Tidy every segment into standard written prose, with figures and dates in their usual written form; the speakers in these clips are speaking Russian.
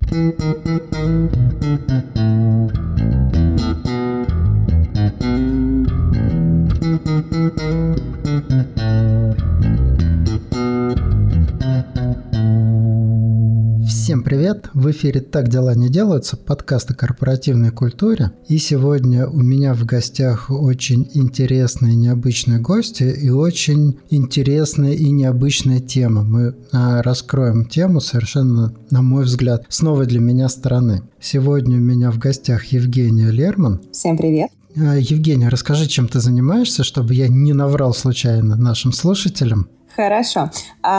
Всем привет! В эфире «Так дела не делаются», подкаст о корпоративной культуре. И сегодня у меня в гостях очень интересные необычные гости и очень интересная и необычная тема. Мы раскроем тему совершенно, на мой взгляд, с новой для меня стороны. Сегодня у меня в гостях Евгения Лерман. Всем привет! Евгения, расскажи, чем ты занимаешься, чтобы я не наврал случайно нашим слушателям. Хорошо.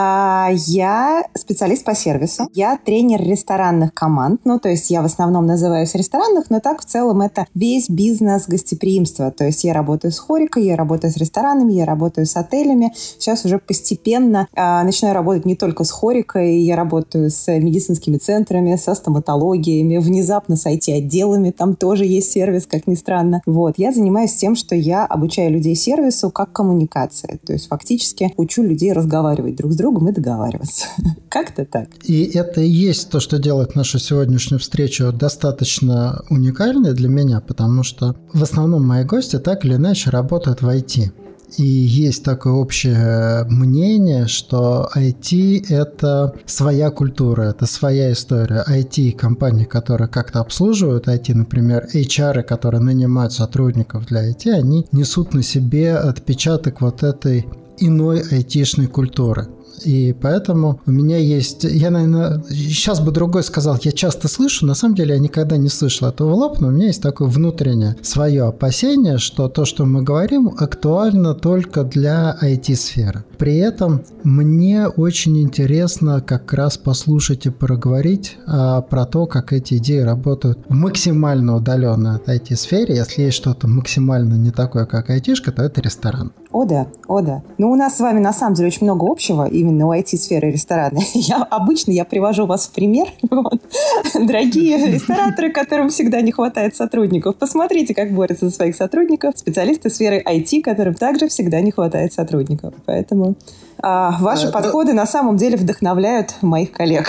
Я специалист по сервису. Я тренер ресторанных команд. То есть я в основном называюсь ресторанных, но так в целом это весь бизнес гостеприимства. То есть я работаю с хорикой, я работаю с ресторанами, я работаю с отелями. Сейчас уже постепенно начинаю работать не только с хорикой. Я работаю с медицинскими центрами, со стоматологиями, внезапно с IT-отделами. Там тоже есть сервис, как ни странно. Я занимаюсь тем, что я обучаю людей сервису как коммуникации. То есть фактически учу людей разговаривать друг с другом и договариваться. Как-то так. И это и есть то, что делает нашу сегодняшнюю встречу достаточно уникальной для меня, потому что в основном мои гости так или иначе работают в IT. И есть такое общее мнение, что IT – это своя культура, это своя история. IT-компании, которые как-то обслуживают IT, например, HR, которые нанимают сотрудников для IT, они несут на себе отпечаток вот этой иной айтишной культуры. И поэтому у меня есть... Я, наверное, сейчас бы другой сказал, я часто слышу, на самом деле я никогда не слышал этого в лоб, но у меня есть такое внутреннее свое опасение, что то, что мы говорим, актуально только для IT-сферы. При этом мне очень интересно как раз послушать и проговорить про то, как эти идеи работают максимально удаленно от IT-сферы. Если есть что-то максимально не такое, как айтишка, то это ресторан. О да. У нас с вами на самом деле очень много общего именно у IT-сферы и ресторана. Я привожу вас в пример. Дорогие рестораторы, которым всегда не хватает сотрудников, посмотрите, как борются за своих сотрудников специалисты сферы IT, которым также всегда не хватает сотрудников. Поэтому ваши подходы на самом деле вдохновляют моих коллег.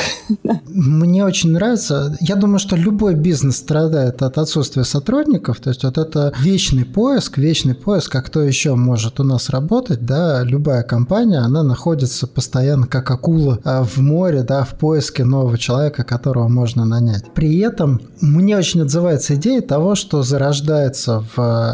Мне очень нравится. Я думаю, что любой бизнес страдает от отсутствия сотрудников. То есть это вечный поиск, а кто еще может у нас работать, да, любая компания, она находится постоянно как акула в море, да, в поиске нового человека, которого можно нанять. При этом мне очень отзывается идея того, что зарождается в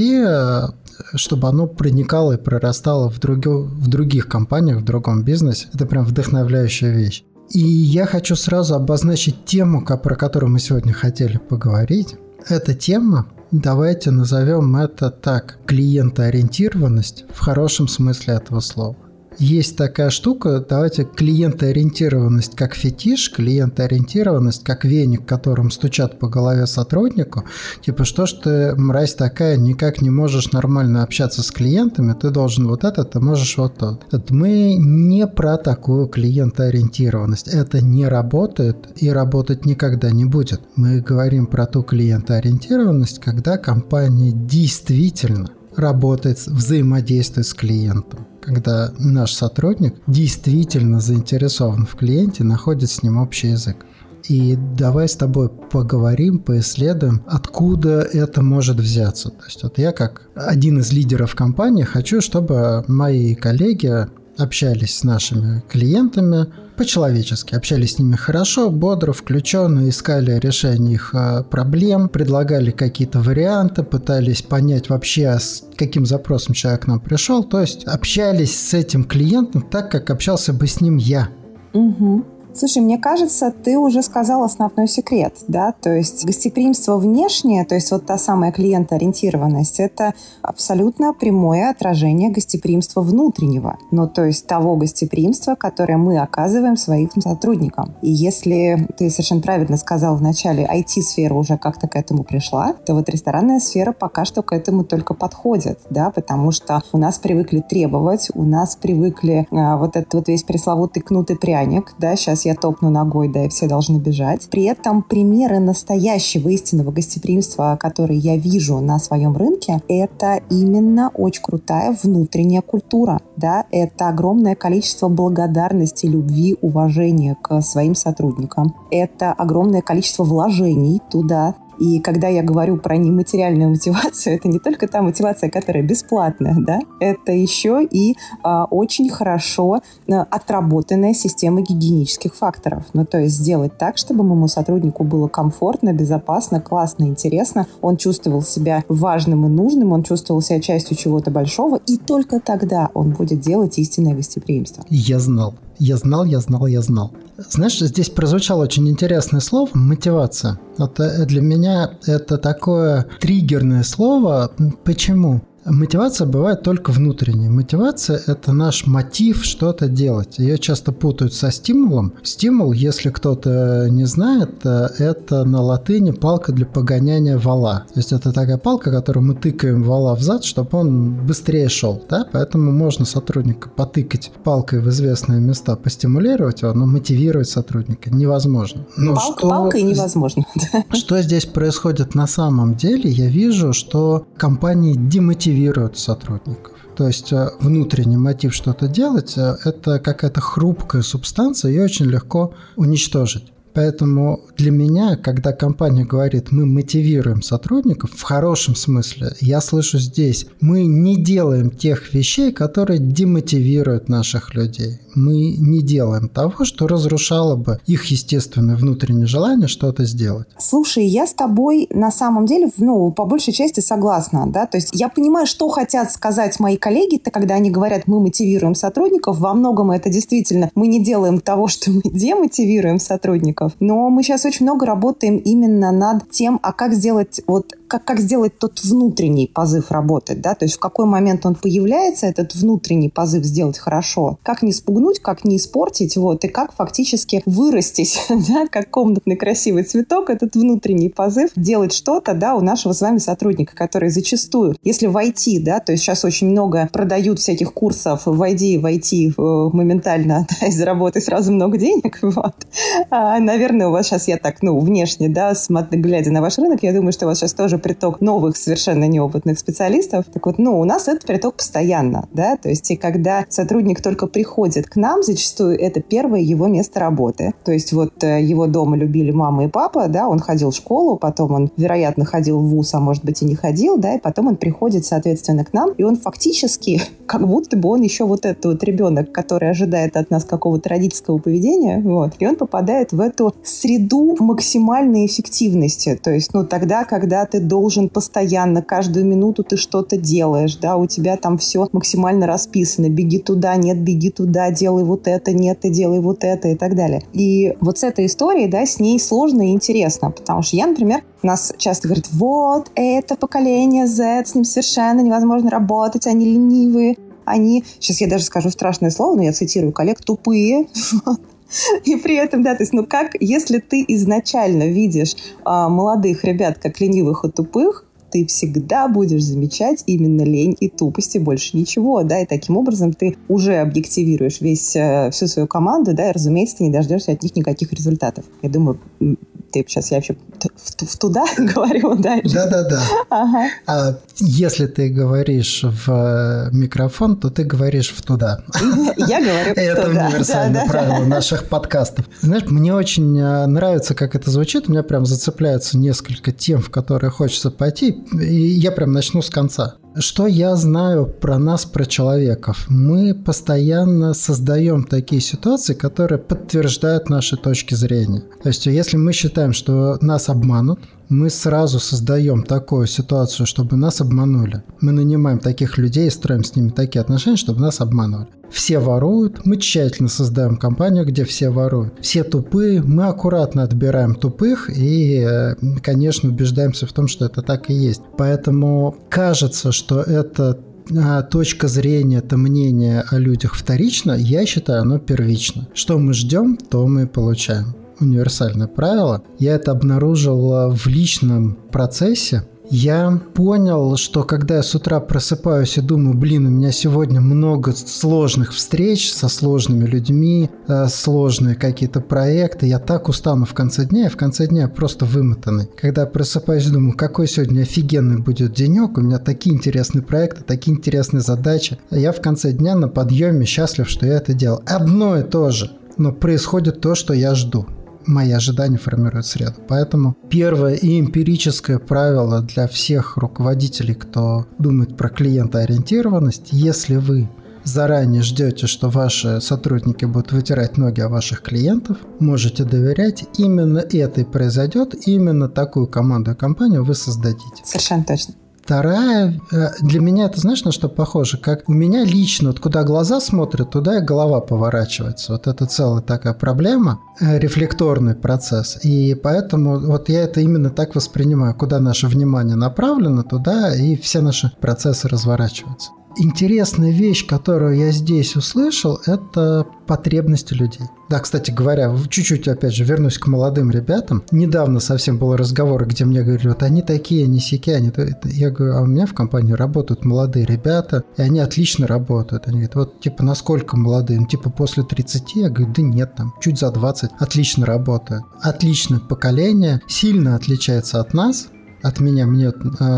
IT, чтобы оно проникало и прорастало в других компаниях, в другом бизнесе. Это прям вдохновляющая вещь. И я хочу сразу обозначить тему, про которую мы сегодня хотели поговорить. Эта тема, давайте назовем это так, клиентоориентированность в хорошем смысле этого слова. Есть такая штука, давайте клиентоориентированность как фетиш, клиентоориентированность как веник, которым стучат по голове сотруднику. Типа, что ж ты, мразь такая, никак не можешь нормально общаться с клиентами, ты должен вот это, ты можешь вот то. Мы не про такую клиентоориентированность. Это не работает и работать никогда не будет. Мы говорим про ту клиентоориентированность, когда компания действительно работает, взаимодействует с клиентом. Когда наш сотрудник действительно заинтересован в клиенте, находит с ним общий язык. И давай с тобой поговорим, поисследуем, откуда это может взяться. То есть я как один из лидеров компании хочу, чтобы мои коллеги общались с нашими клиентами по-человечески, общались с ними хорошо, бодро, включенно, искали решение их проблем, предлагали какие-то варианты, пытались понять вообще, с каким запросом человек к нам пришел, то есть общались с этим клиентом так, как общался бы с ним я. Угу. Слушай, мне кажется, ты уже сказал основной секрет, да, то есть гостеприимство внешнее, то есть вот та самая клиентоориентированность, это абсолютно прямое отражение гостеприимства внутреннего, то есть того гостеприимства, которое мы оказываем своим сотрудникам. И если ты совершенно правильно сказал в начале, IT-сфера уже как-то к этому пришла, то вот ресторанная сфера пока что к этому только подходит, да, потому что у нас привыкли требовать, у нас привыкли вот этот вот весь пресловутый кнут и пряник, да, сейчас я топну ногой, да, и все должны бежать. При этом примеры настоящего истинного гостеприимства, которые я вижу на своем рынке, это именно очень крутая внутренняя культура, да, это огромное количество благодарности, любви, уважения к своим сотрудникам, это огромное количество вложений туда. И когда я говорю про нематериальную мотивацию, это не только та мотивация, которая бесплатная, да, это еще и очень хорошо отработанная система гигиенических факторов. Ну, то есть сделать так, чтобы моему сотруднику было комфортно, безопасно, классно, интересно, он чувствовал себя важным и нужным, он чувствовал себя частью чего-то большого, и только тогда он будет делать истинное гостеприимство. Я знал. Знаешь, здесь прозвучало очень интересное слово «мотивация». Вот для меня это такое триггерное слово. Почему? Мотивация бывает только внутренней. Мотивация – это наш мотив что-то делать. Ее часто путают со стимулом. Стимул, если кто-то не знает, это на латыни палка для погоняния вола. То есть это такая палка, которую мы тыкаем вола в зад, чтобы он быстрее шел. Да? Поэтому можно сотрудника потыкать палкой в известные места, постимулировать его, но мотивировать сотрудника невозможно. Палкой невозможно. Что здесь происходит на самом деле? Я вижу, что компании демотивируют сотрудников. То есть внутренний мотив что-то делать – это какая-то хрупкая субстанция, ее очень легко уничтожить. Поэтому для меня, когда компания говорит, мы мотивируем сотрудников, в хорошем смысле, я слышу здесь, мы не делаем тех вещей, которые демотивируют наших людей. Мы не делаем того, что разрушало бы их естественное внутреннее желание что-то сделать. Слушай, я с тобой на самом деле, по большей части согласна, да, то есть я понимаю, что хотят сказать мои коллеги, когда они говорят, мы мотивируем сотрудников, во многом это действительно, мы не делаем того, что мы демотивируем сотрудников, но мы сейчас очень много работаем именно над тем, а как сделать как сделать тот внутренний позыв работать, да, то есть в какой момент он появляется, этот внутренний позыв сделать хорошо, как не спугнуть, как не испортить, и как фактически вырастить, да, как комнатный красивый цветок, этот внутренний позыв, делать что-то, да, у нашего с вами сотрудника, который зачастую, если в IT, да, то есть сейчас очень много продают всяких курсов, войди в IT моментально, да, и заработай сразу много денег, наверное, у вас сейчас, я так, внешне, да, глядя на ваш рынок, я думаю, что у вас сейчас тоже приток новых, совершенно неопытных специалистов. Так вот, у нас этот приток постоянно, да, то есть и когда сотрудник только приходит к нам, зачастую это первое его место работы. То есть его дома любили мама и папа, да, он ходил в школу, потом он, вероятно, ходил в вуз, а может быть и не ходил, да, и потом он приходит, соответственно, к нам, и он фактически, как будто бы он еще этот ребенок, который ожидает от нас какого-то родительского поведения, и он попадает в эту среду максимальной эффективности. То есть, тогда, когда ты должен постоянно, каждую минуту ты что-то делаешь, да, у тебя там все максимально расписано. Беги туда, нет, беги туда, делай вот это, нет, ты делай вот это и так далее. И с этой историей, да, с ней сложно и интересно, потому что я, например, нас часто говорят, это поколение Z, с ним совершенно невозможно работать, они ленивые, они, сейчас я даже скажу страшное слово, но я цитирую коллег, тупые, И при этом, да, то есть, если ты изначально видишь молодых ребят как ленивых и тупых, ты всегда будешь замечать именно лень и тупость, и больше ничего, да, и таким образом ты уже объективируешь всю свою команду, да, и, разумеется, ты не дождешься от них никаких результатов. Я думаю, сейчас я вообще в туда говорю, да? Да. Ага. А если ты говоришь в микрофон, то ты говоришь в туда. Я говорю в туда. Это универсальное правило наших подкастов. Знаешь, мне очень нравится, как это звучит. У меня прям зацепляются несколько тем, в которые хочется пойти. И я прям начну с конца. Что я знаю про нас, про человеков? Мы постоянно создаем такие ситуации, которые подтверждают наши точки зрения. То есть, если мы считаем, что нас обманут, мы сразу создаем такую ситуацию, чтобы нас обманули. Мы нанимаем таких людей и строим с ними такие отношения, чтобы нас обманывали. Все воруют, мы тщательно создаем компанию, где все воруют. Все тупые, мы аккуратно отбираем тупых и, конечно, убеждаемся в том, что это так и есть. Поэтому кажется, что это точка зрения, это мнение о людях вторично, я считаю, оно первично. Что мы ждем, то мы получаем. Универсальное правило. Я это обнаружил в личном процессе. Я понял, что когда я с утра просыпаюсь и думаю, у меня сегодня много сложных встреч со сложными людьми, сложные какие-то проекты, я так устану в конце дня, и в конце дня я просто вымотанный. Когда я просыпаюсь и думаю, какой сегодня офигенный будет денек, у меня такие интересные проекты, такие интересные задачи, я в конце дня на подъеме счастлив, что я это делал. Одно и то же, но происходит то, что я жду. Мои ожидания формируют среду. Поэтому первое и эмпирическое правило для всех руководителей, кто думает про клиентоориентированность, если вы заранее ждете, что ваши сотрудники будут вытирать ноги о ваших клиентов, можете доверять, именно это и произойдет, именно такую команду и компанию вы создадите. Совершенно точно. Вторая, для меня это, знаешь, на что похоже? Как у меня лично, вот куда глаза смотрят, туда и голова поворачивается. Вот это целая такая проблема, рефлекторный процесс. И поэтому вот я это именно так воспринимаю. Куда наше внимание направлено, туда и все наши процессы разворачиваются. Интересная вещь, которую я здесь услышал, это потребности людей. Да, кстати говоря, чуть-чуть, опять же, вернусь к молодым ребятам. Недавно совсем был разговор, где мне говорили, вот они такие, они сякие, они... Я говорю, а у меня в компании работают молодые ребята, и они отлично работают. Они говорят, вот, типа, насколько молодые? Ну, типа, после 30? Я говорю, да нет, там, чуть за 20. Отлично работают. Отличное поколение, сильно отличается от нас. От меня, мне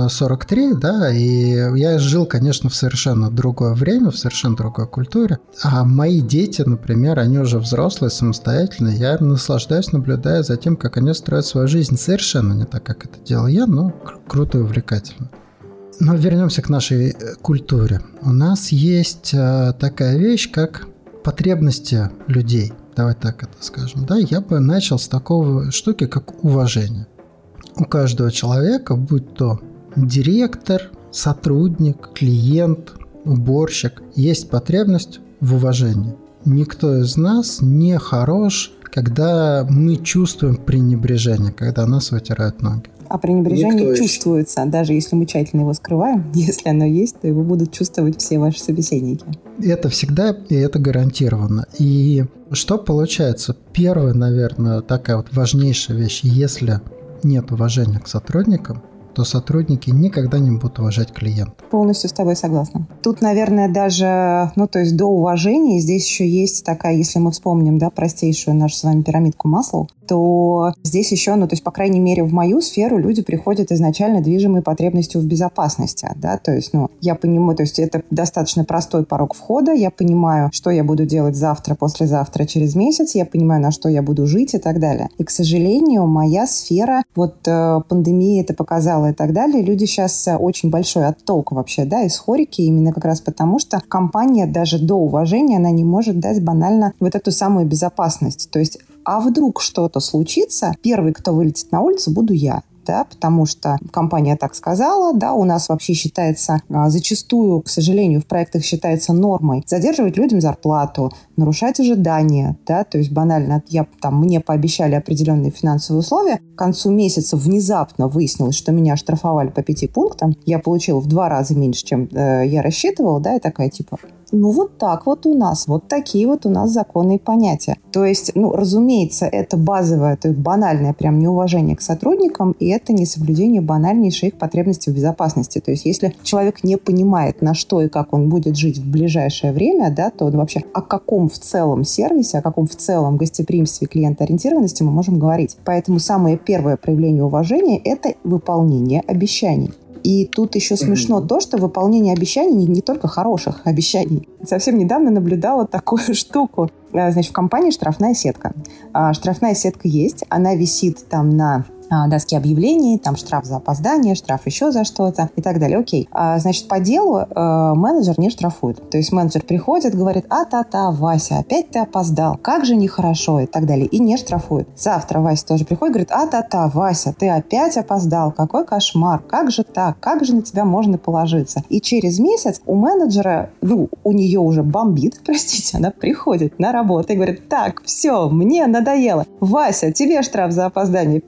43, да, и я жил, конечно, в совершенно другое время, в совершенно другой культуре. А мои дети, например, они уже взрослые, самостоятельные. Я наслаждаюсь, наблюдая за тем, как они строят свою жизнь. Совершенно не так, как это делал я, но круто и увлекательно. Но вернемся к нашей культуре. У нас есть такая вещь, как потребности людей. Давай так это скажем. Да, я бы начал с такого штуки, как уважение. У каждого человека, будь то директор, сотрудник, клиент, уборщик, есть потребность в уважении. Никто из нас не хорош, когда мы чувствуем пренебрежение, когда нас вытирают ноги. А пренебрежение чувствуется, даже если мы тщательно его скрываем. Если оно есть, то его будут чувствовать все ваши собеседники. Это всегда, и это гарантированно. И что получается? Первая, наверное, такая вот важнейшая вещь. Если нет уважения к сотрудникам, то сотрудники никогда не будут уважать клиента. Полностью с тобой согласна. Тут, наверное, даже, то есть до уважения здесь еще есть такая, если мы вспомним, да, простейшую нашу с вами пирамидку Маслоу, то здесь еще, то есть, по крайней мере, в мою сферу люди приходят изначально движимые потребностью в безопасности, да, то есть, я понимаю, то есть, это достаточно простой порог входа, я понимаю, что я буду делать завтра, послезавтра, через месяц, я понимаю, на что я буду жить и так далее. И, к сожалению, моя сфера, пандемия это показала и так далее, люди сейчас очень большой отток вообще, да, из хорики, именно как раз потому, что компания даже до уважения, она не может дать банально вот эту самую безопасность, то есть, а вдруг что-то случится, первый, кто вылетит на улицу, буду я. Да, потому что компания так сказала, да, у нас вообще считается, зачастую, к сожалению, в проектах считается нормой задерживать людям зарплату, нарушать ожидания, да, то есть банально мне пообещали определенные финансовые условия, к концу месяца внезапно выяснилось, что меня оштрафовали по 5 пунктам, я получила в 2 раза меньше, чем я рассчитывала, да, и такая вот так вот у нас, вот такие вот у нас законы и понятия. То есть, разумеется, это базовое, то есть банальное прям неуважение к сотрудникам, и это несоблюдение банальнейших их потребностей в безопасности. То есть, если человек не понимает, на что и как он будет жить в ближайшее время, да, то вообще о каком в целом сервисе, о каком в целом гостеприимстве и клиентоориентированности мы можем говорить. Поэтому самое первое проявление уважения – это выполнение обещаний. И тут еще смешно то, что выполнение обещаний не только хороших обещаний. Совсем недавно наблюдала такую штуку. Значит, в компании штрафная сетка. Штрафная сетка есть, она висит там на доске объявлений, там штраф за опоздание, штраф еще за что-то и так далее. Окей. Значит, по делу менеджер не штрафует. То есть менеджер приходит, говорит, Вася, опять ты опоздал, как же нехорошо и так далее. И не штрафует. Завтра Вася тоже приходит, говорит, Вася, ты опять опоздал, какой кошмар, как же так, как же на тебя можно положиться. И через месяц у менеджера, у нее уже бомбит, простите, она приходит на работу и говорит, так, все, мне надоело. Вася, тебе штраф за опоздание, Петя, и тебе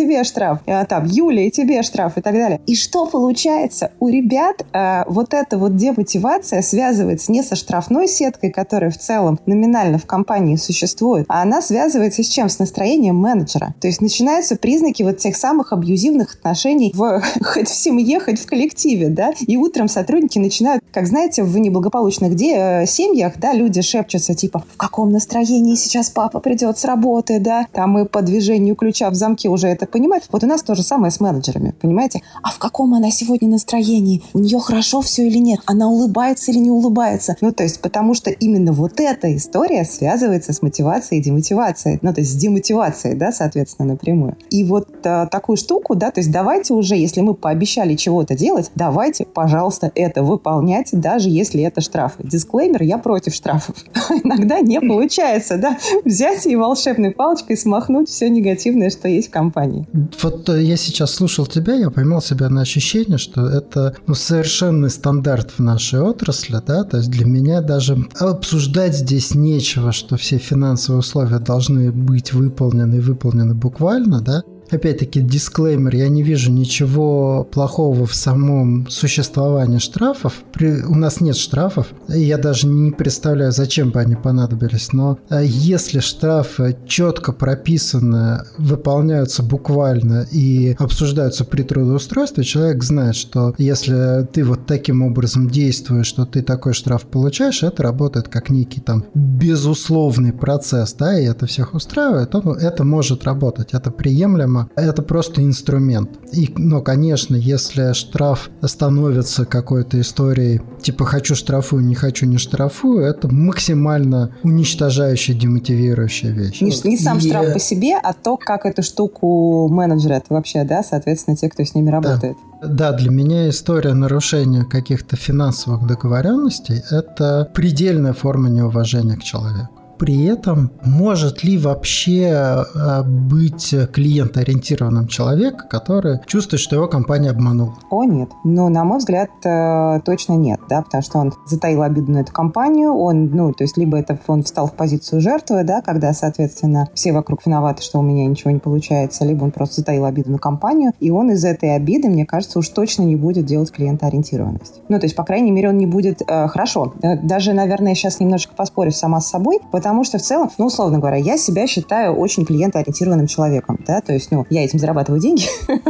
тебе штраф, там, Юля, и тебе штраф, и так далее. И что получается? У ребят вот эта вот демотивация связывается не со штрафной сеткой, которая в целом номинально в компании существует, а она связывается с чем? С настроением менеджера. То есть начинаются признаки вот тех самых абьюзивных отношений хоть в семье, хоть в коллективе, да, и утром сотрудники начинают, как знаете, в неблагополучных семьях, да, люди шепчутся, типа, в каком настроении сейчас папа придет с работы, да, там мы по движению ключа в замке уже это понимают. Вот у нас то же самое с менеджерами, понимаете? А в каком она сегодня настроении? У нее хорошо все или нет? Она улыбается или не улыбается? Ну, то есть, потому что именно вот эта история связывается с мотивацией и демотивацией. Ну, то есть, с демотивацией, да, соответственно, напрямую. И вот такую штуку, да, то есть, давайте уже, если мы пообещали чего-то делать, давайте, пожалуйста, это выполнять, даже если это штрафы. Дисклеймер, я против штрафов. Иногда не получается, да, взять и волшебной палочкой смахнуть все негативное, что есть в компании. Вот я сейчас слушал тебя, я поймал себя на ощущение, что это совершенный стандарт в нашей отрасли, да, то есть для меня даже обсуждать здесь нечего, что все финансовые условия должны быть выполнены буквально, да. Опять-таки, дисклеймер, я не вижу ничего плохого в самом существовании штрафов. У нас нет штрафов, и я даже не представляю, зачем бы они понадобились. Но если штрафы четко прописаны, выполняются буквально и обсуждаются при трудоустройстве, человек знает, что если ты вот таким образом действуешь, что ты такой штраф получаешь, это работает как некий там безусловный процесс, да, и это всех устраивает, то это может работать, это приемлемо. Это просто инструмент. Но, конечно, если штраф становится какой-то историей, типа «хочу штрафую, не хочу не штрафую», это максимально уничтожающая, демотивирующая вещь. Не сам штраф по себе, а то, как эту штуку менеджерят вообще, да, соответственно, те, кто с ними работает. Да, для меня история нарушения каких-то финансовых договоренностей – это предельная форма неуважения к человеку. При этом может ли вообще быть клиентоориентированным человек, который чувствует, что его компания обманула? О, нет. Но, на мой взгляд, точно нет, да, потому что он затаил обиду на эту компанию, то есть либо это он встал в позицию жертвы, да, когда, соответственно, все вокруг виноваты, что у меня ничего не получается, либо он просто затаил обиду на компанию, и он из этой обиды, мне кажется, уж точно не будет делать клиентоориентированность. То есть, по крайней мере, он не будет хорошо. Даже, наверное, я сейчас немножечко поспорю сама с собой, потому что в целом, условно говоря, я себя считаю очень клиентоориентированным человеком, да, то есть, я этим зарабатываю деньги,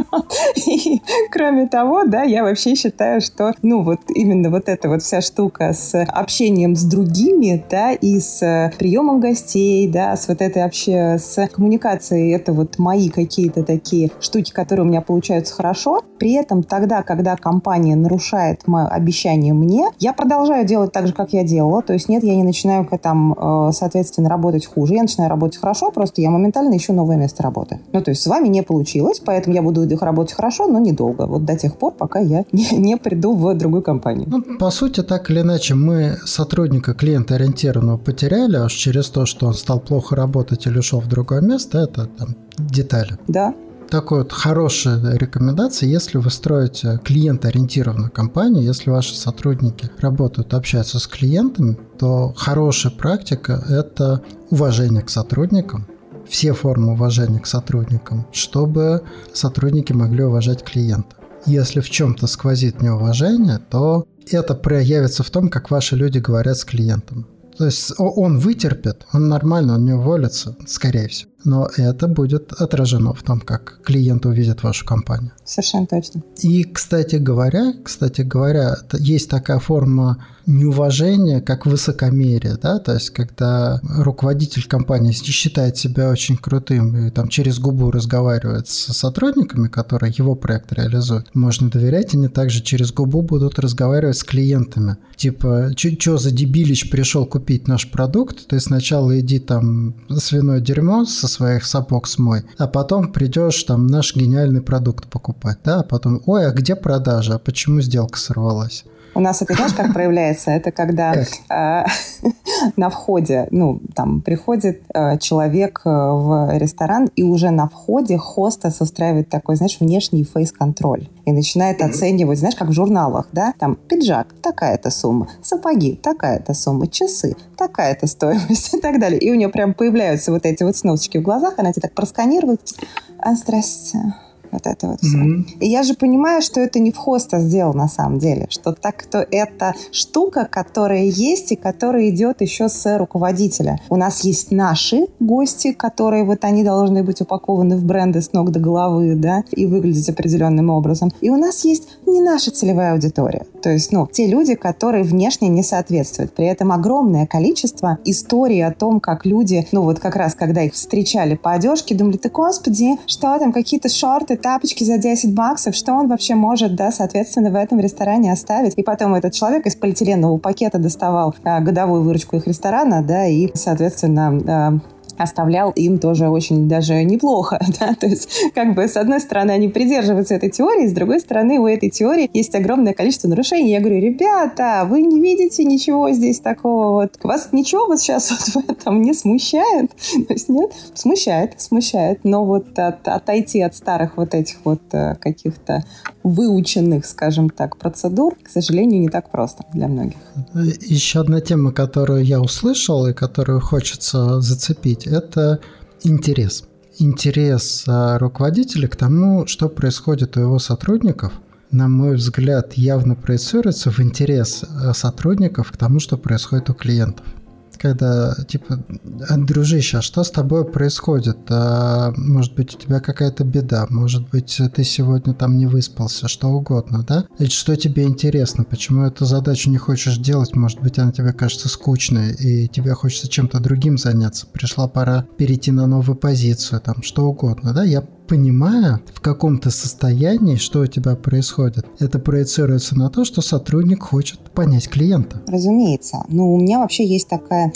и, кроме того, да, я вообще считаю, что, вот именно вот эта вот вся штука с общением с другими, да, и с приемом гостей, да, с вот этой вообще, с коммуникацией, это вот мои какие-то такие штуки, которые у меня получаются хорошо, при этом тогда, когда компания нарушает мое обещание мне, я продолжаю делать так же, как я делала, то есть нет, я не начинаю там, соответственно, работать хуже, я начинаю работать хорошо, просто я моментально ищу новое место работы. То есть с вами не получилось, поэтому я буду работать хорошо, но недолго, вот до тех пор, пока я не приду в другую компанию. По сути, так или иначе, мы сотрудника клиентоориентированного потеряли, аж через то, что он стал плохо работать или ушел в другое место, это там детали. Да. Такой вот хорошая рекомендация, если вы строите клиентоориентированную компанию, если ваши сотрудники работают, общаются с клиентами, то хорошая практика – это уважение к сотрудникам, все формы уважения к сотрудникам, чтобы сотрудники могли уважать клиента. Если в чем-то сквозит неуважение, то это проявится в том, как ваши люди говорят с клиентом. То есть он вытерпит, он нормально, он не уволится, скорее всего. Но это будет отражено в том, как клиент увидит вашу компанию. Совершенно точно. И, кстати говоря, есть такая форма неуважения, как высокомерие, да, то есть когда руководитель компании считает себя очень крутым и там через губу разговаривает с сотрудниками, которые его проект реализуют, можно доверять, они также через губу будут разговаривать с клиентами. Типа, чё за дебилич пришел купить наш продукт, ты сначала иди там свиное дерьмо со своих сапог смой, а потом придешь там наш гениальный продукт покупать, да, а потом, ой, а где продажа, а почему сделка сорвалась? У нас это, знаешь, как проявляется? Это когда на входе, приходит человек в ресторан, и уже на входе хостес устраивает такой, знаешь, внешний фейс-контроль. И начинает оценивать, знаешь, как в журналах, да? Там пиджак, такая-то сумма, сапоги, такая-то сумма, часы, такая-то стоимость и так далее. И у нее прям появляются вот эти вот сносочки в глазах, она тебя так просканирует. Здравствуйте. Вот это вот все. И я же понимаю, что это не в хостес сделал на самом деле, что это штука, которая есть и которая идет еще с руководителя. У нас есть наши гости, которые вот они должны быть упакованы в бренды с ног до головы, да, и выглядеть определенным образом. И у нас есть не наша целевая аудитория. То есть, те люди, которые внешне не соответствуют. При этом огромное количество историй о том, как люди, вот как раз, когда их встречали по одежке, думали, ты, господи, что там, какие-то шорты, тапочки за $10, что он вообще может, да, соответственно, в этом ресторане оставить. И потом этот человек из полиэтиленового пакета доставал годовую выручку их ресторана, да, и, соответственно, оставлял им тоже очень даже неплохо, да, то есть как бы с одной стороны они придерживаются этой теории, с другой стороны у этой теории есть огромное количество нарушений. Я говорю, ребята, вы не видите ничего здесь такого, вот вас ничего вот сейчас вот в этом не смущает? То есть нет? Смущает, но вот отойти от старых вот этих вот каких-то выученных, скажем так, процедур, к сожалению, не так просто для многих. Еще одна тема, которую я услышал и которую хочется зацепить, это интерес. Интерес руководителя к тому, что происходит у его сотрудников, на мой взгляд, явно проецируется в интерес сотрудников к тому, что происходит у клиентов. Когда, дружище, а что с тобой происходит? Может быть, у тебя какая-то беда, может быть, ты сегодня там не выспался, что угодно, да? Ведь что тебе интересно? Почему эту задачу не хочешь делать? Может быть, она тебе кажется скучной, и тебе хочется чем-то другим заняться. Пришла пора перейти на новую позицию, там, что угодно, да? Я понимая в каком-то состоянии, что у тебя происходит, это проецируется на то, что сотрудник хочет понять клиента. Разумеется. У меня вообще есть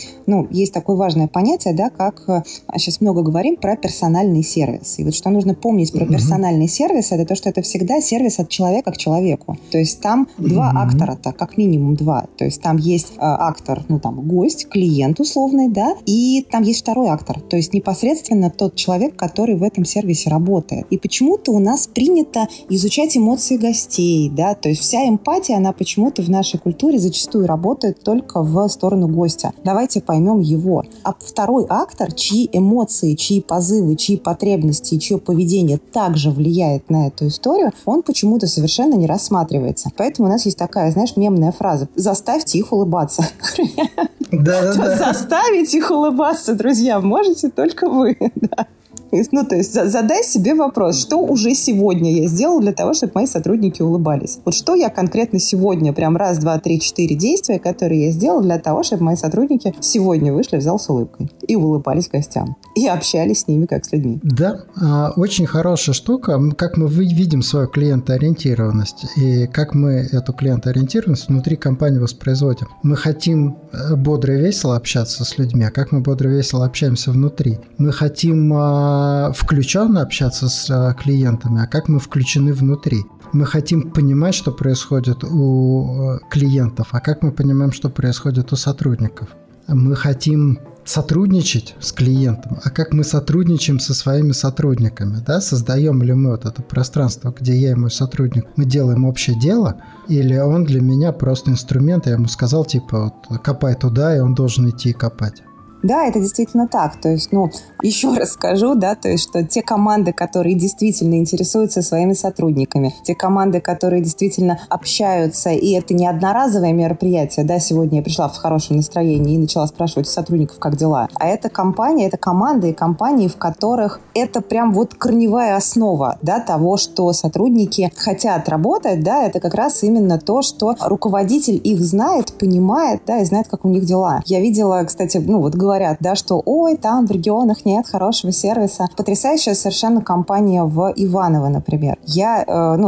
такое важное понятие, да, как сейчас много говорим про персональный сервис. И вот что нужно помнить про персональный сервис, это то, что это всегда сервис от человека к человеку. То есть там два актора-то, как минимум два. То есть там есть актор, гость, клиент условный, да, и там есть второй актор. То есть непосредственно тот человек, который в этом сервисе работает. И почему-то у нас принято изучать эмоции гостей, да, то есть вся эмпатия, она почему-то в нашей культуре зачастую работает только в сторону гостя. Давайте поймем его. А второй актор, чьи эмоции, чьи позывы, чьи потребности, чье поведение также влияет на эту историю, он почему-то совершенно не рассматривается. Поэтому у нас есть такая, знаешь, мемная фраза: «Заставьте их улыбаться». Заставить их улыбаться, друзья, можете только вы, да. То есть задай себе вопрос, что уже сегодня я сделал для того, чтобы мои сотрудники улыбались. Вот что я конкретно сегодня, прям 1, 2, 3, 4 действия, которые я сделал для того, чтобы мои сотрудники сегодня вышли в зал с улыбкой и улыбались гостям, и общались с ними как с людьми. Да, очень хорошая штука, как мы видим свою клиентоориентированность и как мы эту клиентоориентированность внутри компании воспроизводим. Мы хотим бодро и весело общаться с людьми, а как мы бодро и весело общаемся внутри? Мы хотим включенно общаться с клиентами, а как мы включены внутри. Мы хотим понимать, что происходит у клиентов, а как мы понимаем, что происходит у сотрудников. Мы хотим сотрудничать с клиентом, а как мы сотрудничаем со своими сотрудниками, да? Создаем ли мы вот это пространство, где я и мой сотрудник, мы делаем общее дело, или он для меня просто инструмент, я ему сказал, копай туда, и он должен идти и копать. Да, это действительно так. То есть, еще раз скажу, да, то есть, что те команды, которые действительно интересуются своими сотрудниками, те команды, которые действительно общаются, и это не одноразовое мероприятие, да, сегодня я пришла в хорошем настроении и начала спрашивать у сотрудников, как дела, а это компания, это команды и компании, в которых это прям вот корневая основа, да, того, что сотрудники хотят работать, да, это как раз именно то, что руководитель их знает, понимает, да, и знает, как у них дела. Я видела, кстати, говорят, да, что ой, там в регионах нет хорошего сервиса. Потрясающая совершенно компания в Иваново, например. Я,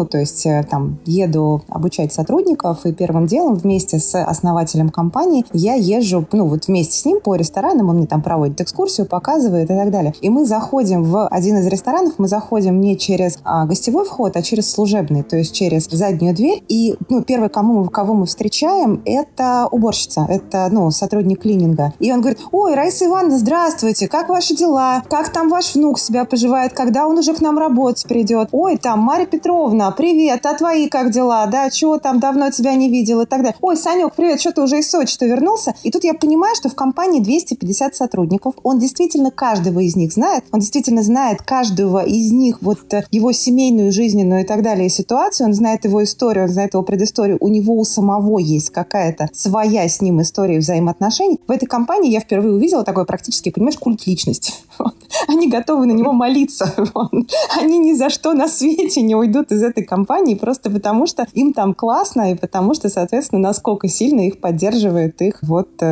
там еду обучать сотрудников, и первым делом вместе с основателем компании я езжу, вместе с ним по ресторанам, он мне там проводит экскурсию, показывает и так далее. И мы заходим в один из ресторанов, мы заходим не через гостевой вход, а через служебный, то есть через заднюю дверь. И первый, кого мы встречаем, это уборщица, это сотрудник клининга. И он говорит: ой, Раиса Ивановна, здравствуйте, как ваши дела? Как там ваш внук себя поживает? Когда он уже к нам работать придет? Ой, там Марья Петровна, привет, а твои как дела? Да, чего там, давно тебя не видел и так далее. Ой, Санек, привет, что ты уже из Сочи-то вернулся? И тут я понимаю, что в компании 250 сотрудников. Он действительно каждого из них знает. Он действительно знает каждого из них, его семейную, жизненную и так далее ситуацию. Он знает его историю, он знает его предысторию. У него у самого есть какая-то своя с ним история взаимоотношений. В этой компании я впервые увидела такой практически, понимаешь, культ личности. Они готовы на него молиться. Они ни за что на свете не уйдут из этой компании просто потому, что им там классно и потому что, соответственно, насколько сильно их поддерживает их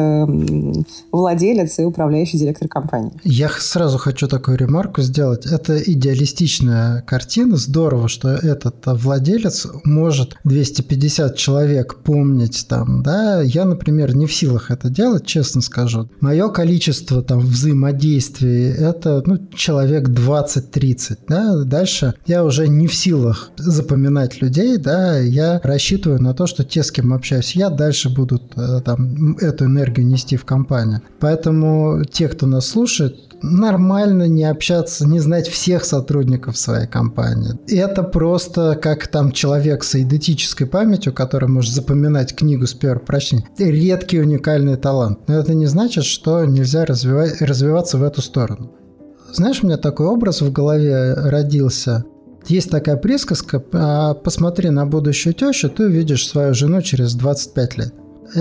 владелец и управляющий директор компании. Я сразу хочу такую ремарку сделать. Это идеалистичная картина. Здорово, что этот владелец может 250 человек помнить там, да. Я, например, не в силах это делать, честно скажу. Мое количество там взаимодействий – это человек 20-30, да. Дальше я уже не в силах запоминать людей, да. Я рассчитываю на то, что те, с кем общаюсь я, дальше будут там эту энергию нести в компанию. Поэтому те, кто нас слушает, нормально не общаться, не знать всех сотрудников своей компании. И это просто как там человек с эйдетической памятью, который может запоминать книгу с первого прочтения. Редкий уникальный талант. Но это не значит, что нельзя развиваться в эту сторону. Знаешь, у меня такой образ в голове родился. Есть такая присказка: посмотри на будущую тещу, ты увидишь свою жену через 25 лет.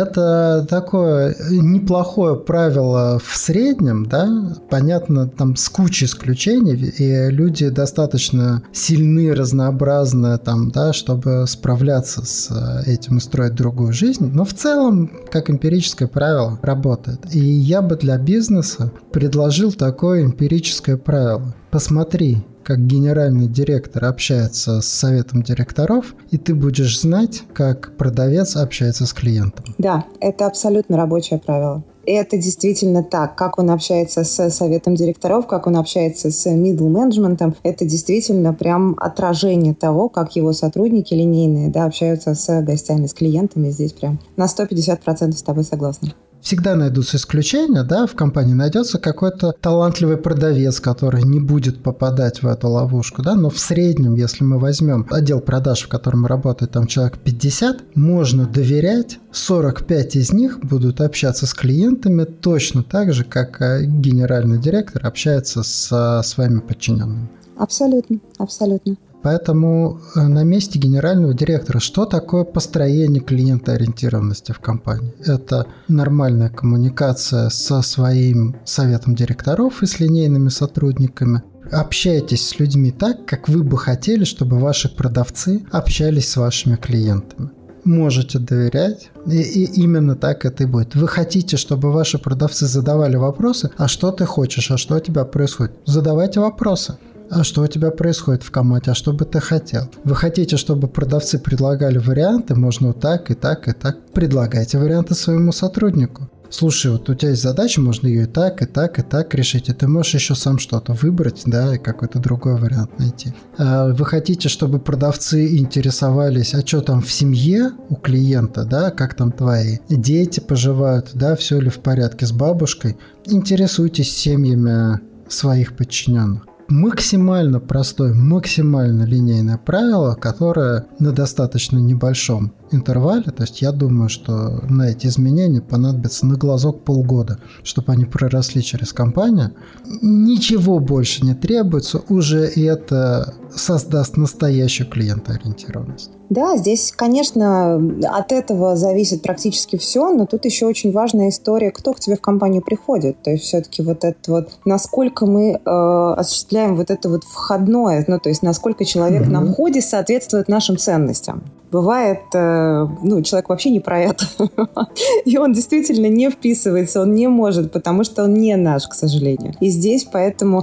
Это такое неплохое правило в среднем, да, понятно, там с кучей исключений, и люди достаточно сильны, разнообразны, там, да, чтобы справляться с этим и строить другую жизнь, но в целом, как эмпирическое правило, работает. И я бы для бизнеса предложил такое эмпирическое правило. Посмотри, как генеральный директор общается с советом директоров, и ты будешь знать, как продавец общается с клиентом. Да, это абсолютно рабочее правило. И это действительно так. Как он общается с советом директоров, как он общается с middle менеджментом, это действительно прям отражение того, как его сотрудники линейные, да, общаются с гостями, с клиентами. Здесь прям на 150% с тобой согласна. Всегда найдутся исключения, да, в компании найдется какой-то талантливый продавец, который не будет попадать в эту ловушку, да, но в среднем, если мы возьмем отдел продаж, в котором работает там человек 50, можно доверять, 45 из них будут общаться с клиентами точно так же, как генеральный директор общается со своими подчиненными. Абсолютно, абсолютно. Поэтому на месте генерального директора что такое построение клиентоориентированности в компании? Это нормальная коммуникация со своим советом директоров и с линейными сотрудниками. Общайтесь с людьми так, как вы бы хотели, чтобы ваши продавцы общались с вашими клиентами. Можете доверять, и именно так это и будет. Вы хотите, чтобы ваши продавцы задавали вопросы: а что ты хочешь, а что у тебя происходит? Задавайте вопросы. А что у тебя происходит в команде? А что бы ты хотел? Вы хотите, чтобы продавцы предлагали варианты? Можно вот так, и так, и так. Предлагайте варианты своему сотруднику. Слушай, вот у тебя есть задача, можно ее и так, и так, и так решить, и ты можешь еще сам что-то выбрать, да, и какой-то другой вариант найти. Вы хотите, чтобы продавцы интересовались, а что там в семье у клиента, да, как там твои дети поживают, да, все ли в порядке с бабушкой? Интересуйтесь семьями своих подчиненных. Максимально простое, максимально линейное правило, которое на достаточно небольшом интервале, то есть я думаю, что на эти изменения понадобится на глазок полгода, чтобы они проросли через компанию. Ничего больше не требуется, уже это создаст настоящую клиентоориентированность. Да, здесь, конечно, от этого зависит практически все, но тут еще очень важная история, кто к тебе в компанию приходит. То есть все-таки вот это вот, насколько мы осуществляем вот это вот входное, ну то есть насколько человек на входе соответствует нашим ценностям. Бывает, человек вообще не про это. И он действительно не вписывается, он не может, потому что он не наш, к сожалению. И здесь поэтому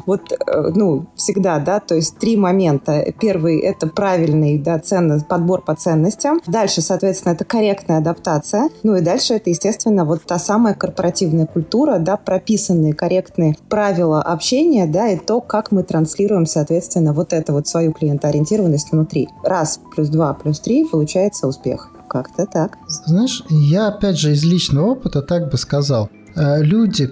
всегда, да, то есть 3 момента. Первый – это правильный, да, подбор по ценностям. Дальше, соответственно, это корректная адаптация. И дальше это, естественно, вот та самая корпоративная культура, да, прописанные корректные правила общения, да, и то, как мы транслируем, соответственно, вот эту вот свою клиентоориентированность внутри. 1 + 2 + 3 получается успех. Как-то так. Знаешь, я опять же из личного опыта так бы сказал. Люди,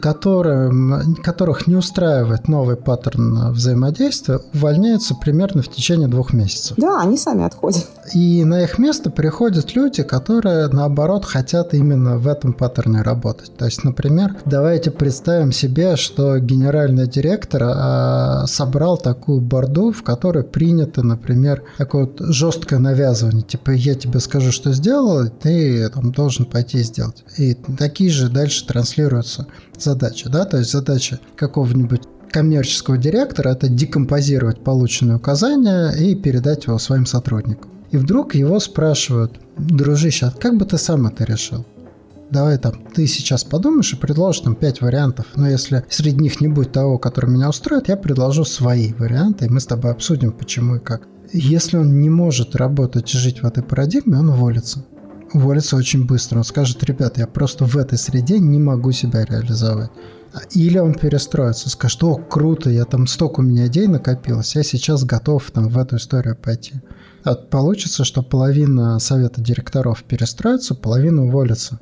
которых не устраивает новый паттерн взаимодействия, увольняются примерно в течение 2 месяцев. Да, они сами отходят. И на их место приходят люди, которые, наоборот, хотят именно в этом паттерне работать. То есть, например, давайте представим себе, что генеральный директор собрал такую борду, в которой принято, например, такое вот жесткое навязывание. Типа, я тебе скажу, что сделал, и ты должен пойти и сделать. И такие же дальше транслируются задачи, да, то есть задача какого-нибудь коммерческого директора – это декомпозировать полученные указания и передать его своим сотрудникам. И вдруг его спрашивают: дружище, а как бы ты сам это решил? Давай ты сейчас подумаешь и предложишь 5 вариантов, но если среди них не будет того, который меня устроит, я предложу свои варианты, и мы с тобой обсудим, почему и как. Если он не может работать и жить в этой парадигме, он уволится. Уволится очень быстро. Он скажет: ребят, я просто в этой среде не могу себя реализовать. Или он перестроится, скажет: о, круто, столько у меня идей накопилось, я сейчас готов в эту историю пойти. Получится, что половина совета директоров перестроится, половина уволится.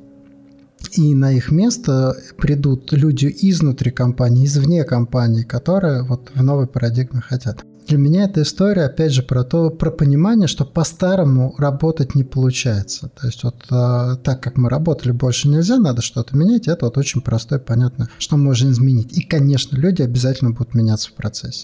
И на их место придут люди изнутри компании, извне компании, которые в новой парадигме хотят. Для меня эта история, опять же, про понимание, что по-старому работать не получается. То есть так как мы работали, больше нельзя, надо что-то менять. Это очень простое, понятно, что можно изменить. И, конечно, люди обязательно будут меняться в процессе.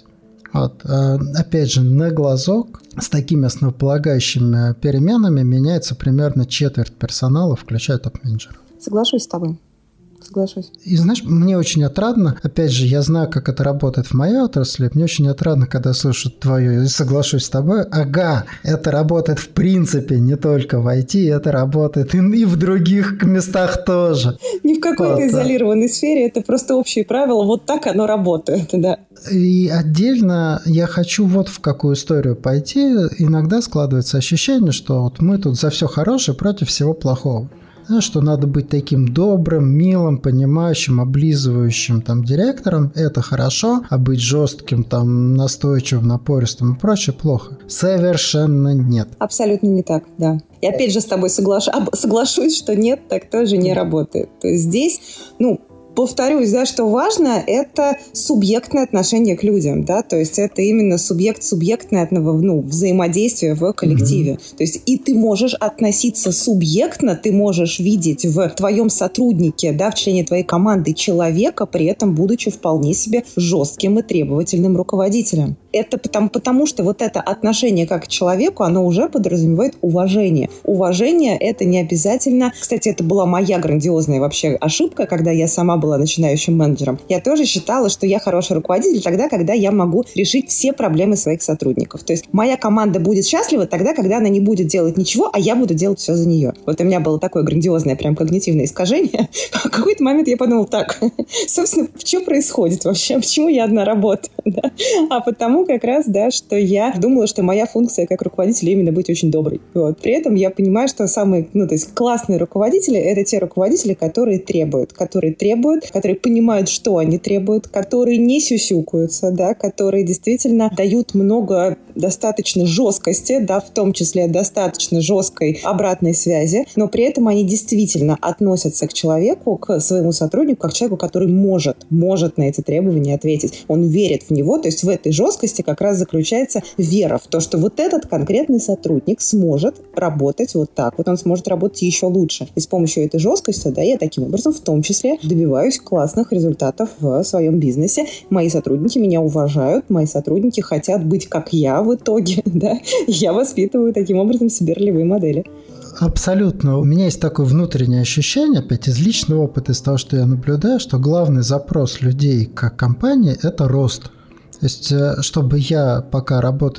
Опять же, на глазок с такими основополагающими переменами меняется примерно 1/4 персонала, включая топ-менеджеров. Соглашусь с тобой. Соглашусь. И знаешь, мне очень отрадно, опять же, я знаю, как это работает в моей отрасли, мне очень отрадно, когда слышу твое, и соглашусь с тобой, ага, это работает в принципе не только в IT, это работает и в других местах тоже. Не в какой-то изолированной сфере, это просто общие правила, вот так оно работает, да. И отдельно я хочу в какую историю пойти, иногда складывается ощущение, что мы тут за все хорошее против всего плохого. Что надо быть таким добрым, милым, понимающим, облизывающим директором – это хорошо, а быть жестким, настойчивым, напористым и прочее – плохо. Совершенно нет. Абсолютно не так, да. И опять же с тобой соглашусь, что нет, так тоже не работает. То есть здесь, повторюсь, да, что важно, это субъектное отношение к людям, да, то есть это именно субъектное взаимодействие в коллективе. То есть и ты можешь относиться субъектно, ты можешь видеть в твоем сотруднике, да, в члене твоей команды человека, при этом будучи вполне себе жестким и требовательным руководителем. Это потому что это отношение как к человеку, оно уже подразумевает уважение. Уважение – это не обязательно… Кстати, это была моя грандиозная вообще ошибка, когда я сама была начинающим менеджером. Я тоже считала, что я хороший руководитель тогда, когда я могу решить все проблемы своих сотрудников. То есть моя команда будет счастлива тогда, когда она не будет делать ничего, а я буду делать все за нее. У меня было такое грандиозное прям когнитивное искажение. В какой-то момент я подумала: так, собственно, что происходит вообще? Почему я одна работаю? Да? А потому как раз, да, что я думала, что моя функция как руководителя именно быть очень доброй. При этом я понимаю, что самые, классные руководители – это те руководители, которые требуют, которые понимают, что они требуют, которые не сюсюкаются, да, которые действительно дают много достаточно жесткости, да, в том числе достаточно жесткой обратной связи, но при этом они действительно относятся к человеку, к своему сотруднику, как к человеку, который может на эти требования ответить. Он верит в него, то есть в этой жесткости как раз заключается вера в то, что этот конкретный сотрудник сможет работать так, он сможет работать еще лучше. И с помощью этой жесткости, да, я таким образом в том числе добиваюсь классных результатов в своем бизнесе. Мои сотрудники меня уважают, мои сотрудники хотят быть как я в итоге, да. Я воспитываю таким образом себе ролевые модели. Абсолютно. У меня есть такое внутреннее ощущение, опять из личного опыта, из того, что я наблюдаю, что главный запрос людей к компании – это рост. То есть, чтобы я пока работаю здесь,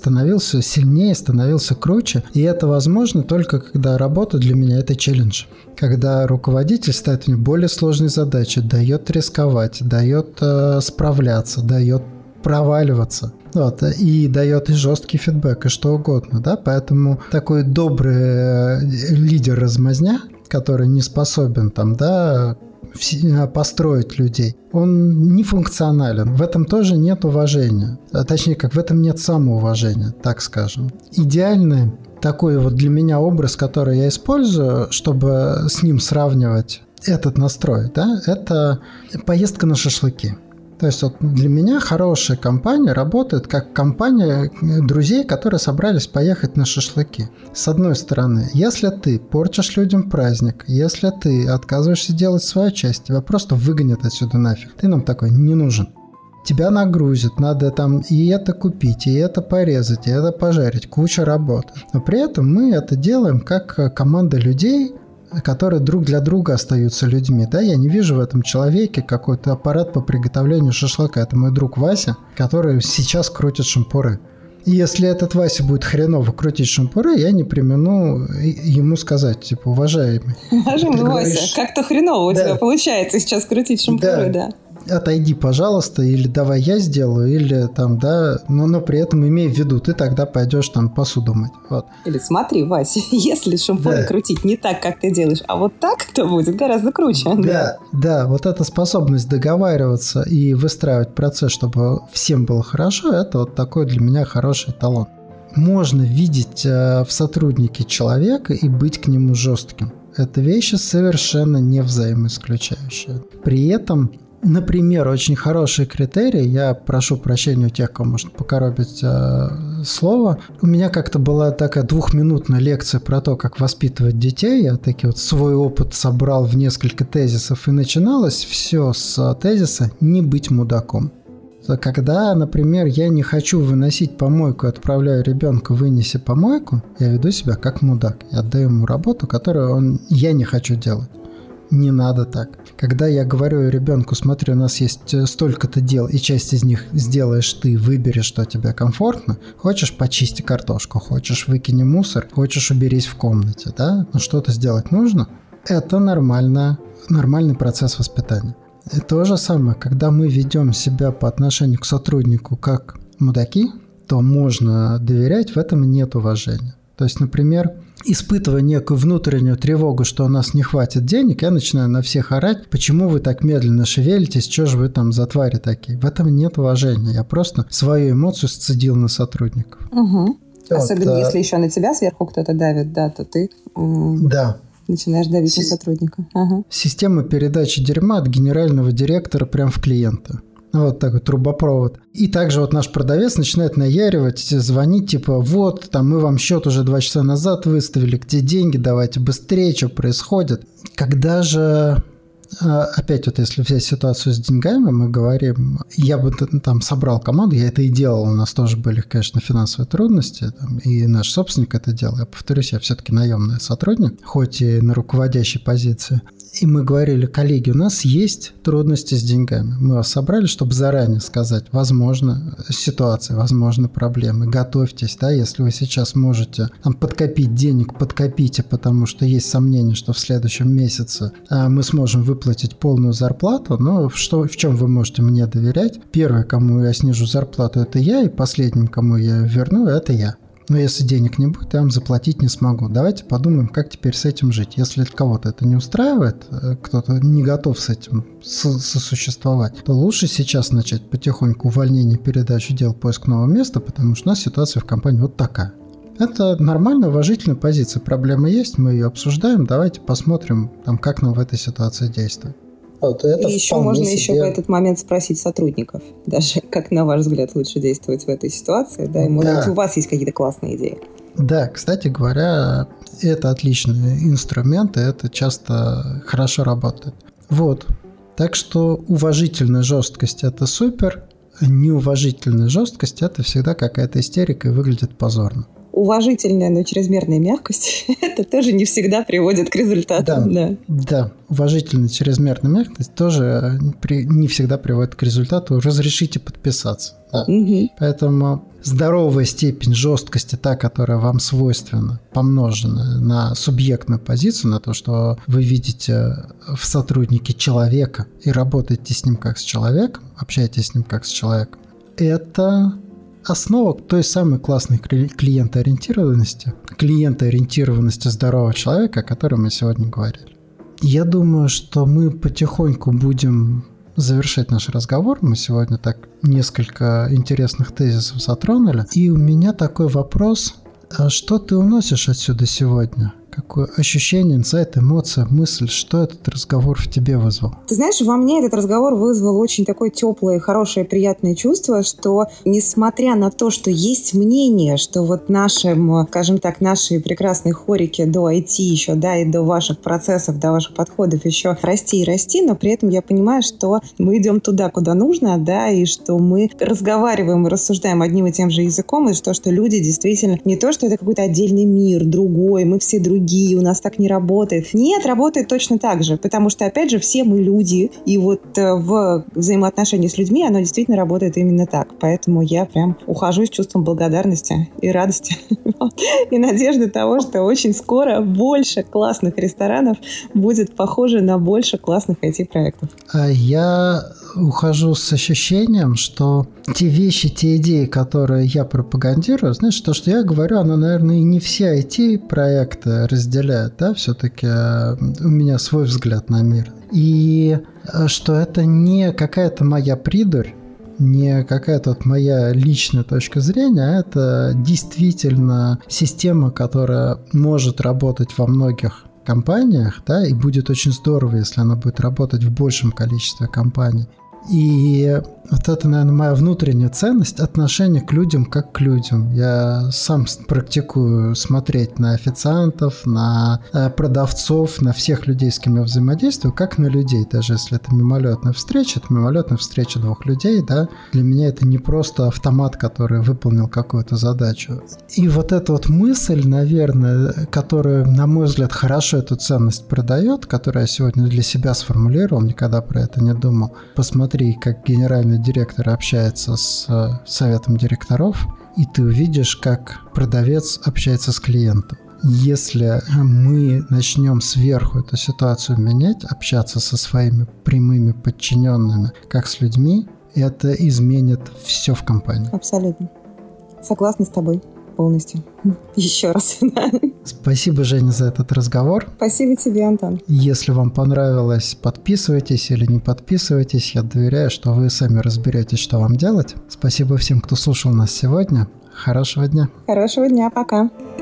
становился сильнее, становился круче. И это возможно только когда работа для меня – это челлендж. Когда руководитель ставит мне более сложные задачи, дает рисковать, дает справляться, дает проваливаться. Вот, и дает и жесткий фидбэк, и что угодно. Да? Поэтому такой добрый лидер-размазня, который не способен там, да, построить людей, он не функционален. В этом тоже нет уважения. Точнее, как в этом нет самоуважения, так скажем. Идеальный такой вот для меня образ, который я использую, чтобы с ним сравнивать этот настрой, да, это поездка на шашлыки. То есть вот для меня хорошая компания работает как компания друзей, которые собрались поехать на шашлыки. С одной стороны, если ты портишь людям праздник, если ты отказываешься делать свою часть, тебя просто выгонят отсюда нафиг. Ты нам такой не нужен. Тебя нагрузят, надо там и это купить, и это порезать, и это пожарить, куча работы. Но при этом мы это делаем как команда людей, которые друг для друга остаются людьми. Да, я не вижу в этом человеке какой-то аппарат по приготовлению шашлыка. Это мой друг Вася, который сейчас крутит шампуры. И если этот Вася будет хреново крутить шампуры, я не премину ему сказать, типа, уважаемый. Уважаемый Вася, как-то хреново у тебя получается сейчас крутить шампуры, да. Отойди, пожалуйста, или давай я сделаю, или там, да, но при этом имей в виду, ты тогда пойдешь там посуду мыть. Вот. Или смотри, Вася, если шампуры крутить не так, как ты делаешь, а вот так, то будет гораздо круче. Да, вот эта способность договариваться и выстраивать процесс, чтобы всем было хорошо, это вот такой для меня хороший эталон. Можно видеть в сотруднике человека и быть к нему жестким. Это вещи совершенно не взаимоисключающие. При этом, например, очень хороший критерий, я прошу прощения у тех, кого может покоробить слово, у меня как-то была такая 2-минутная лекция про то, как воспитывать детей, я таки вот свой опыт собрал в несколько тезисов, и начиналось все с тезиса «не быть мудаком». Когда, например, я не хочу выносить помойку, отправляю ребенка «вынеси помойку», я веду себя как мудак, я отдаю ему работу, которую я не хочу делать. Не надо так. Когда я говорю ребенку, смотри, у нас есть столько-то дел, и часть из них сделаешь ты, выберешь, что тебе комфортно. Хочешь, почисти картошку, хочешь, выкини мусор, хочешь, уберись в комнате, да? Но что-то сделать нужно. Это нормальный процесс воспитания. И то же самое, когда мы ведем себя по отношению к сотруднику как мудаки, то можно доверять, в этом нет уважения. То есть, например, испытывая некую внутреннюю тревогу, что у нас не хватит денег, я начинаю на всех орать, почему вы так медленно шевелитесь, что же вы там за твари такие. В этом нет уважения. Я просто свою эмоцию сцедил на сотрудников. Угу. Вот, особенно если еще на тебя сверху кто-то давит, да, то ты начинаешь давить на сотрудника. Ага. Система передачи дерьма от генерального директора прям в клиента. Вот такой трубопровод. И также вот наш продавец начинает наяривать, звонить, типа, вот, там мы вам счет уже 2 часа назад выставили, где деньги, давайте быстрее, что происходит. Когда же, опять вот если взять ситуацию с деньгами, мы говорим, я бы там собрал команду, я это и делал, у нас тоже были, конечно, финансовые трудности, там, и наш собственник это делал. Я повторюсь, я все-таки наемный сотрудник, хоть и на руководящей позиции. И мы говорили, коллеги, у нас есть трудности с деньгами. Мы вас собрали, чтобы заранее сказать, возможно ситуация, возможно проблемы. Готовьтесь, да, если вы сейчас можете там подкопить денег, подкопите, потому что есть сомнение, что в следующем месяце мы сможем выплатить полную зарплату. Но в чем вы можете мне доверять? Первый, кому я снижу зарплату, это я, и последним, кому я верну, это я. Но если денег не будет, я вам заплатить не смогу. Давайте подумаем, как теперь с этим жить. Если кого-то это не устраивает, кто-то не готов с этим сосуществовать, то лучше сейчас начать потихоньку увольнение, передачу дел, поиск нового места, потому что у нас ситуация в компании вот такая. Это нормальная, уважительная позиция. Проблема есть, мы ее обсуждаем. Давайте посмотрим, там, как нам в этой ситуации действовать. И еще можно еще в этот момент спросить сотрудников, даже как, на ваш взгляд, лучше действовать в этой ситуации, да, и, может быть, у вас есть какие-то классные идеи. Да, кстати говоря, это отличный инструмент, и это часто хорошо работает. Вот, так что уважительная жесткость – это супер, неуважительная жесткость – это всегда какая-то истерика и выглядит позорно. уважительная, но чрезмерная мягкость, это тоже не всегда приводит к результату. Да, уважительная чрезмерная мягкость тоже не всегда приводит к результату. Разрешите подписаться. Да. Поэтому здоровая степень жесткости, та, которая вам свойственна, помноженная на субъектную позицию, на то, что вы видите в сотруднике человека и работаете с ним как с человеком, общаетесь с ним как с человеком, это основа той самой классной клиентоориентированности здорового человека, о которой мы сегодня говорили. Я думаю, что мы потихоньку будем завершать наш разговор. Мы сегодня так несколько интересных тезисов затронули. И у меня такой вопрос. Что ты уносишь отсюда сегодня? Какое ощущение, инсайт, эмоция, мысль, что этот разговор в тебе вызвал? Ты знаешь, во мне этот разговор вызвал очень такое теплое, хорошее, приятное чувство, что несмотря на то, что есть мнение, что вот нашим, скажем так, наши прекрасные хорики до IT еще, да, и до ваших процессов, до ваших подходов еще расти и расти, но при этом я понимаю, что мы идем туда, куда нужно, да, и что мы разговариваем и рассуждаем одним и тем же языком, и что люди действительно не то, что это какой-то отдельный мир, другой, мы все другие, у нас так не работает. Нет, работает точно так же, потому что, опять же, все мы люди, и вот в взаимоотношении с людьми оно действительно работает именно так. Поэтому я прям ухожу с чувством благодарности и радости и надежды того, что очень скоро больше классных ресторанов будет похоже на больше классных IT-проектов. Я ухожу с ощущением, что те вещи, те идеи, которые я пропагандирую, знаешь, то, что я говорю, оно, наверное, и не все IT-проекты разделяют, да, все-таки у меня свой взгляд на мир. И что это не какая-то моя придурь, не какая-то вот моя личная точка зрения, а это действительно система, которая может работать во многих компаниях, да, и будет очень здорово, если она будет работать в большем количестве компаний. И вот это, наверное, моя внутренняя ценность, отношение к людям как к людям. Я сам практикую смотреть на официантов, на продавцов, на всех людей, с кем я взаимодействую, как на людей. Даже если это мимолетная встреча двух людей, да. Для меня это не просто автомат, который выполнил какую-то задачу. И вот эта вот мысль, наверное, которая, на мой взгляд, хорошо эту ценность продает, которую я сегодня для себя сформулировал, никогда про это не думал. Посмотри, как генеральный директор общается с советом директоров, и ты увидишь, как продавец общается с клиентом. Если мы начнем сверху эту ситуацию менять, общаться со своими прямыми подчиненными, как с людьми, это изменит все в компании. Абсолютно. Согласна с тобой полностью. Еще раз. Спасибо, Женя, за этот разговор. Спасибо тебе, Антон. Если вам понравилось, подписывайтесь или не подписывайтесь. Я доверяю, что вы сами разберетесь, что вам делать. Спасибо всем, кто слушал нас сегодня. Хорошего дня. Хорошего дня. Пока.